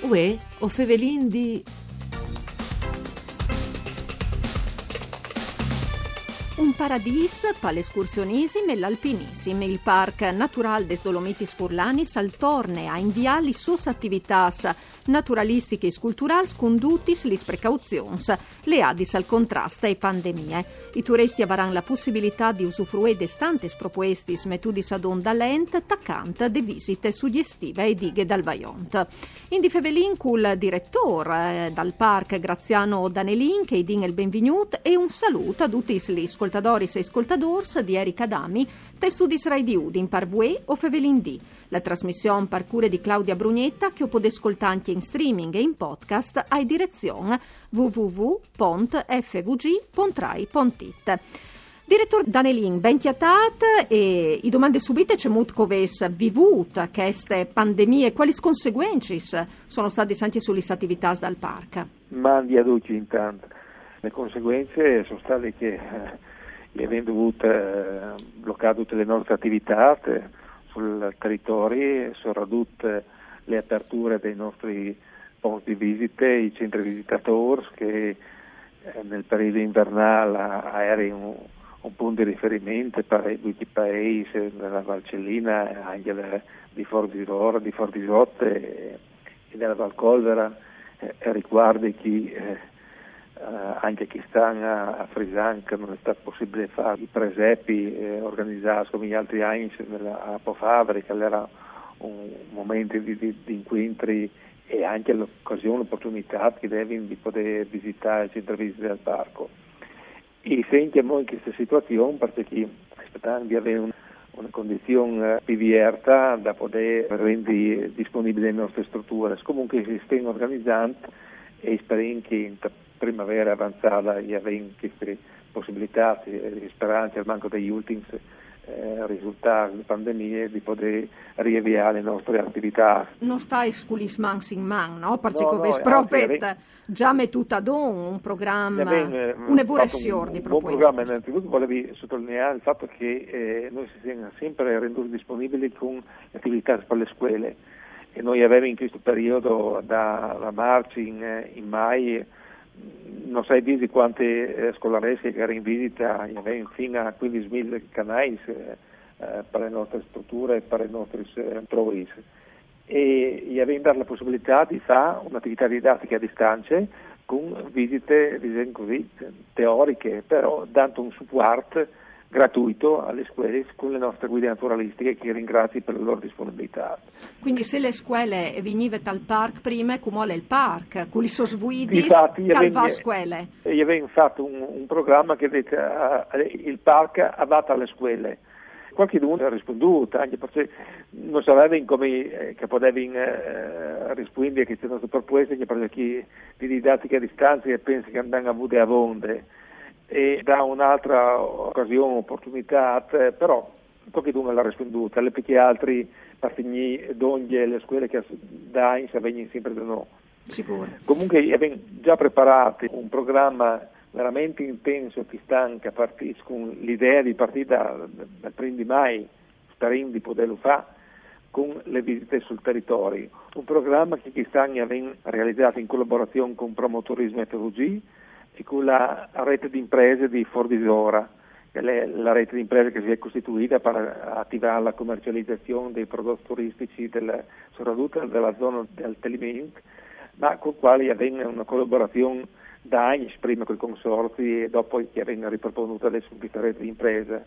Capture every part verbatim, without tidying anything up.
Uè, o fevelin di... Un paradis per l'escursionismo e l'alpinismo. Il Parc Natural des Dolomitis Furlanis al torne a inviare sus attività naturalistiche e culturali condutis lis precauzions, le adis al contrasto e pandemie. I turisti avranno la possibilità di usufruire de stantes propuestis metudis ad onda lent, taccant de visite suggestive e dighe dal Vajont. In di Fevelin cul direttore eh, dal Parc Graziano Danelin che din il benvenuto e un saluto a tutti gli ascoltadoris e ascoltadors di Erika Dami, testudis Rai di Udin par Vue o Fevelin D. La trasmissione par cure di Claudia Brugnetta che potete ascoltare anche in streaming e in podcast a direzione w w w punto f v g punto rai punto i t. Direttore Danelin, ben chiatat e i domande subite c'è molto coves vivut queste pandemie, quali conseguenze sono state anche sulle attività dal parco? Mandi a tutti intanto. Le conseguenze sono state che eh, abbiamo dovuto eh, bloccare tutte le nostre attività sul territorio, sono ridotte le aperture dei nostri posti di visite, i centri visitatori che eh, nel periodo invernale erano un, un punto di riferimento per tutti i paesi, nella Valcellina, anche le, di Fortisora, di Fortisotte e, e della Valcolvera, eh, riguardo chi eh, Uh, anche chi sta a Frisan che non è stato possibile fare i presepi eh, organizzati come gli altri anni a Pofavri, che era un momento di, di, di incontri e anche l'occasione, l'opportunità che devono di poter visitare il centro visite del parco. E sentiamo in questa situazione perché aspettando di avere un, una condizione più vierta da poter rendere disponibili le nostre strutture. Comunque si stanno organizzando e speriamo che in primavera avanzata e avendo queste possibilità e speranze al manco degli ultimi eh, risultati delle pandemie di poter riavviare le nostre attività. Non stai sculis man sin man, no? Perché no, come no, spropet già mettuta ad un programma, ben, un'evoluzione un, di un buon proposte. programma. Innanzitutto volevo sottolineare il fatto che eh, noi si siamo sempre renduti disponibili con attività per le scuole e noi avevamo in questo periodo da, da marzo in, in mai non sai dire quante eh, scolaresche che erano in visita, fino a quindicimila canali eh, per le nostre strutture e per i nostri eh, trovis. E gli avevamo dato la possibilità di fare un'attività didattica a distanza con visite, diciamo così, teoriche, però dando un supporto gratuito alle scuole con le nostre guide naturalistiche che ringrazio per la loro disponibilità. Quindi se le scuole venivano al parco prima, come è il parco, con i sosguidi che va a scuole? Io avevo fatto un, un programma che dice uh, il parco adatto alle scuole. Qualcuno ha risponduto, anche perché non sapeva come eh, che potevano eh, rispondere a queste nostre proposte, perché chi di didattica a distanza e pensa che andranno a avere a vonde. E da un'altra occasione, opportunità, però qualcuno l'ha risponduta, le perché altri partini d'ogni le scuole che da anni vengono sempre da noi. Sicuro. Comunque abbiamo già preparato un programma veramente intenso che stanca partire con l'idea di partire da, dal primo di mai, sperando di poterlo fare con le visite sul territorio. Un programma che quest'anno abbiamo realizzato in collaborazione con Promoturismo F V G e con la rete di imprese di Fortisora, che è la rete di imprese che si è costituita per attivare la commercializzazione dei prodotti turistici del, soprattutto della zona del Telimint, ma con quali avviene una collaborazione da anni, prima con i consorzi e dopo che avviene riproponuta adesso questa rete di imprese.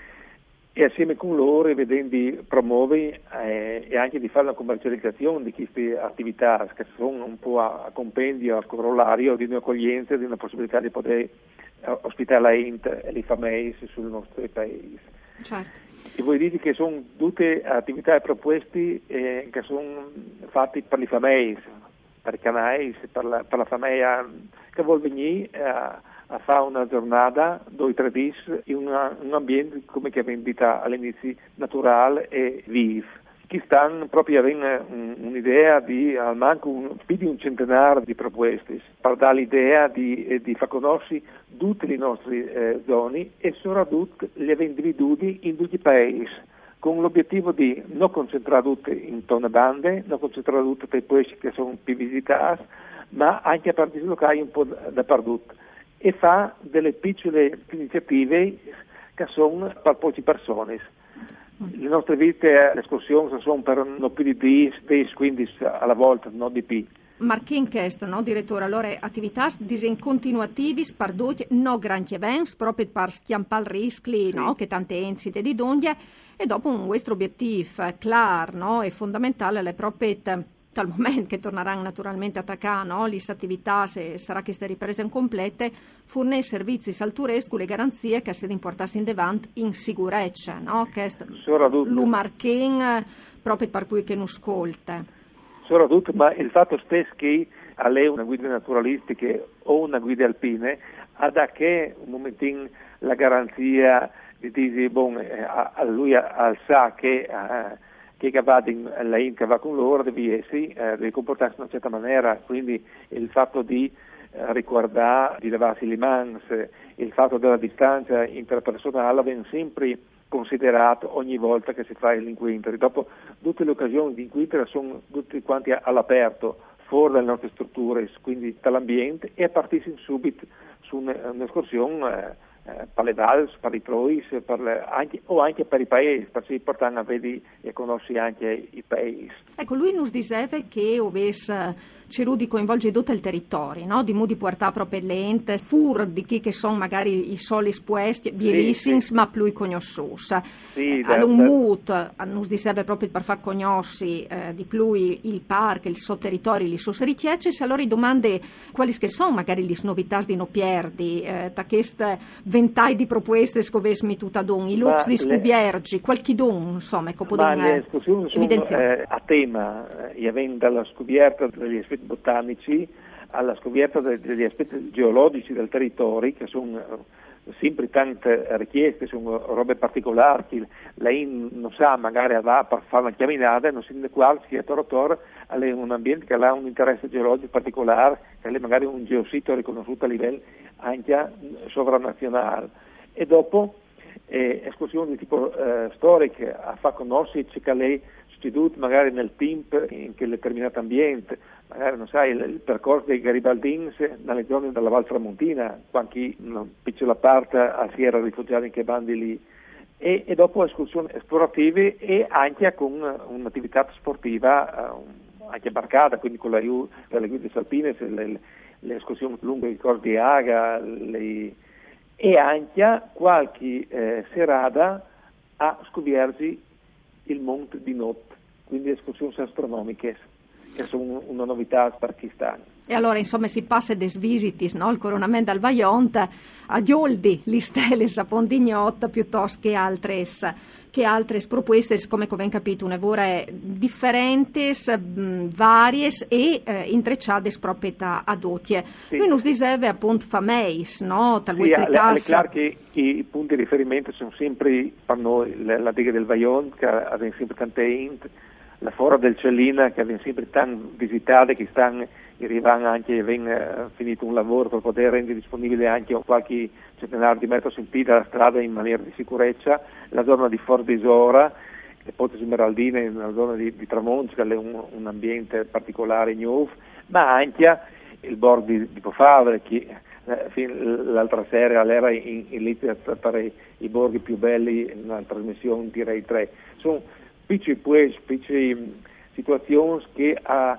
E assieme con loro vedendo di promuovere eh, e anche di fare la commercializzazione di queste attività che sono un po' a, a compendio, al corollario di un'accoglienza, di una possibilità di poter eh, ospitare la ente e le famiglie sul nostro paese. Certo. E voi dite che sono tutte attività e proposte eh, che sono fatte per le famiglie, per i canali, per la, per la famiglia che vuol venire a eh, a fare una giornata, due o tre giorni, in una, un ambiente come che vendita all'inizio naturale e vivo. Chi stanno proprio avendo un, un'idea di al manco un, più di un centenario di proposte per dare l'idea di, eh, di far conoscere tutte le nostre eh, zone e soprattutto le individui in tutti i paesi, con l'obiettivo di non concentrare tutte in tonne bande, non concentrare tutte nei paesi che sono più visitati, ma anche a partire locali un po' dappertutto, e fa delle piccole iniziative che sono per poche persone. Le nostre vite, le escursioni sono per non più di dieci quindici alla volta, non di più. Marchin Chest, no, direttore, allora attività disen continuativi, sparduti, no grandi eventi, proprio per stiampare il rischi, no, che tante enzite di donde, e dopo un vostro obiettivo chiaro, no, e fondamentale, le proprie dal momento che torneranno naturalmente a attaccare, no, le attività, se sarà che ste riprese incomplete, fornire servizi saltureschi, le garanzie che si importasse in davanti in sicurezza, no, che lo Marchin proprio per cui che non ascolta. Soprattutto, ma il fatto stesso che a lei una guida naturalistica o una guida alpine ha da che un momentino la garanzia di dire bon, a, a lui al sa che uh, che va in la in che va con loro deve essere, uh, deve comportarsi in una certa maniera, quindi il fatto di uh, ricordare di levarsi le mani, il fatto della distanza interpersonale viene sempre considerato ogni volta che si fa l'inquinter. Dopo tutte le occasioni di inquinter sono tutti quanti all'aperto, fuori dalle nostre strutture, quindi dall'ambiente, e a partire subito su un'escursione eh, per le valli, per i trois, per le, anche, o anche per i paesi, perché è importante vedi e conosci anche i paesi. Ecco, lui nos diceva che ovesse Cerù di coinvolgere tutto il territorio, no? Di modo di portare proprio l'ente, fur di chi che sono magari i soli esposti, bellissimi, sì, sì, ma più conosciuti. Sì, allora, un mood, nos diceva proprio per far conosci eh, di più il parco, il suo territorio, le sue ricerche, se allora domande quali che sono magari le novità di non perdi, eh, da queste ventaglio di proposte scovesmi tutta don, i lux di scuviergi, qualche don, insomma, ecco, ma le escursioni sono eh, a tema, eh, avendo dalla scoperta degli aspetti botanici alla scoperta degli aspetti geologici del territorio, che sono sempre tante richieste, sono robe particolari che lei non sa, magari va per fare una camminata, non si ne quale sia Torotor, è un ambiente che ha un interesse geologico particolare, che è magari un geosito riconosciuto a livello anche sovranazionale. E dopo eh, escursioni di tipo eh, storico, a far conoscere che lei studiato magari nel team in quel determinato ambiente, magari non sai il, il percorso dei Garibaldins nelle zone della Val Tramontina, qualche una piccola parte si era rifugiati in che bandi lì, e, e dopo escursioni esplorative e anche con un'attività sportiva uh, anche barcata, quindi con l'aiuto delle guide alpine, le, le escursioni lunghe i corsi di Aga, le, e anche qualche eh, serata a scoprirsi il monte di notte, quindi escursioni astronomiche, che sono una novità per chi sta. E allora, insomma, si passa des visitis, no? Il coronamento al Vajont, a Gioldi, le stelle a Pontignot, piuttosto che altre, che altre proposte, come ben capito, una vore differenti, varie e eh, intrecciate proprietà ad otie. Sì. Lui nos diceva appunto fameis, no? Tal sì, è chiaro che i punti di riferimento sono sempre per noi la diga del Vajont, che ha sempre tante int, la fora del Cellina, che aveva sempre tanto visitate, che stanno arrivando anche, viene finito un lavoro per poter rendere disponibile anche qualche centinaio di metri in più dalla strada in maniera di sicurezza, la zona di Fort d'Isora, le Pozze Smeraldine, la zona di, di Tramonti, che è un, un ambiente particolare nuovo, ma anche il borgo di, di Pofavre, che eh, l'altra sera era in, in lizia per i, i borghi più belli, nella trasmissione di Rai tre. Sono piccoli paesi, piccole situazioni che a,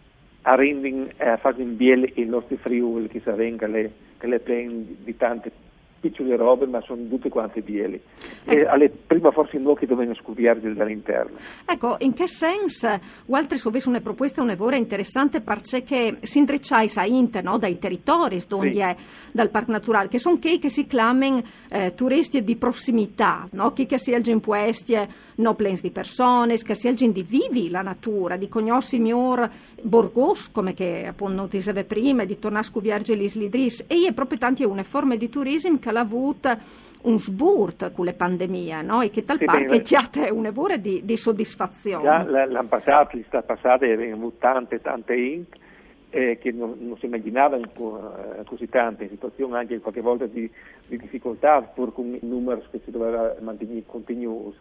a rendono, a fare in biele i nostri Friuli, che saranno le, che le pieni di tante piccole robe, ma sono tutte quante bieli. E alle prima forse in occhi dovevano scoprirsi dall'interno. Ecco, in che senso Walter avesse una proposta un'evora interessante perché si intrecciai a inter, no, dai territori dove sì. È dal parco naturale, che sono quei che si chiamano eh, turisti di prossimità, no? Chi che si algin puesti no plens di persone, che si algin di vivi la natura, di conosci miglior borgos, come che appunto ti diceva prima, di tornare a scoprire gli slidris, e è proprio tante una forma di turismo che l'ha avuto un sburt con le pandemie, no? E che tal sì, parco è un'evore di, di soddisfazione. Già l'anno passato, l'estate passata, avevamo avuto tante, tante int eh, che non, non si immaginavano eh, così tante, in situazioni anche qualche volta di, di difficoltà, pur con i numeri che si doveva mantenere continuosi.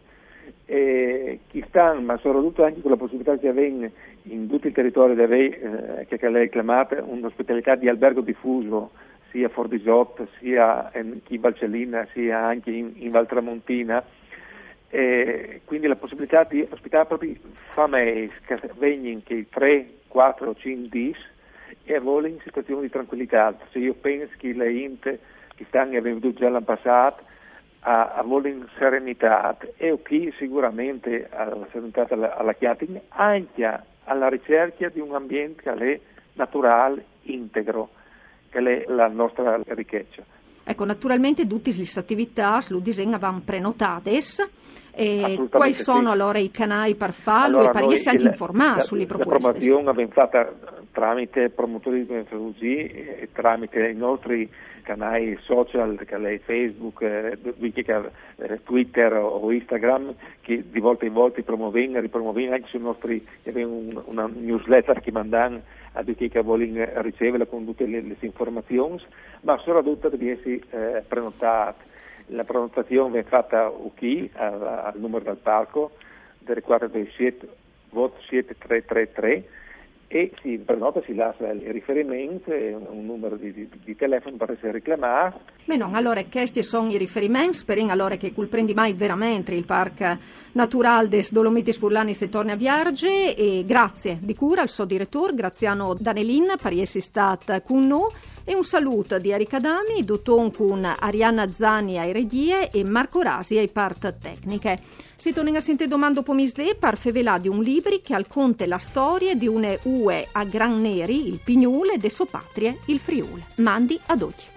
e chi sta, ma soprattutto anche con la possibilità che avvenga in tutto il territorio di avere, eh, che, che lei chiamata, un'ospitalità di albergo diffuso, sia a Fordisot, sia in Valcellina, sia anche in, in Valtramontina, e quindi la possibilità di ospitare proprio famiglie che vengono che tre, quattro, cinque dis e vogliono in situazioni di tranquillità. Se io penso che le inte che stanno venuto già l'anno passato a, a voler serenità e qui sicuramente alla serenità alla, alla chiatina, anche alla ricerca di un ambiente che è naturale, integro, che è la nostra ricchezza. Ecco, naturalmente tutte queste attività lo disegnavano prenotades e quali sono sì. allora i canali per farlo allora, e per essere anche informati sulle proposte? La promozione abbiamo fatta tramite promotori di metodologia e tramite i nostri canali social, che è Facebook, eh, Twitter o Instagram, che di volta in volta promuovono e ripromuovono anche sui nostri, abbiamo un, una newsletter che mandano a tutti che vogliono ricevere con tutte le, le informazioni, ma soprattutto deve essere eh, prenotato. La prenotazione è fatta qui al, al numero del parco del quattro due sette vot sette tre tre tre e si prenota, si lascia il riferimento e un, un numero di, di, di telefono per essere reclamato. Beh no, allora questi sono i riferimenti, speriamo allora che comprendi mai veramente il Parco Naturale des Dolomitis Furlani se torna a Viarge e grazie di cura al suo direttore Graziano Danelin per essere stato con noi e un saluto di Erika Dami, dotton con Arianna Zani ai regie e Marco Rasi ai part tecniche. Si torna a sentire domando pomisdè per fevelà di un libri che al conte la storia di une ue a Gran Neri, il Pignule, de so patrie, il Friuli. Mandi ad oggi.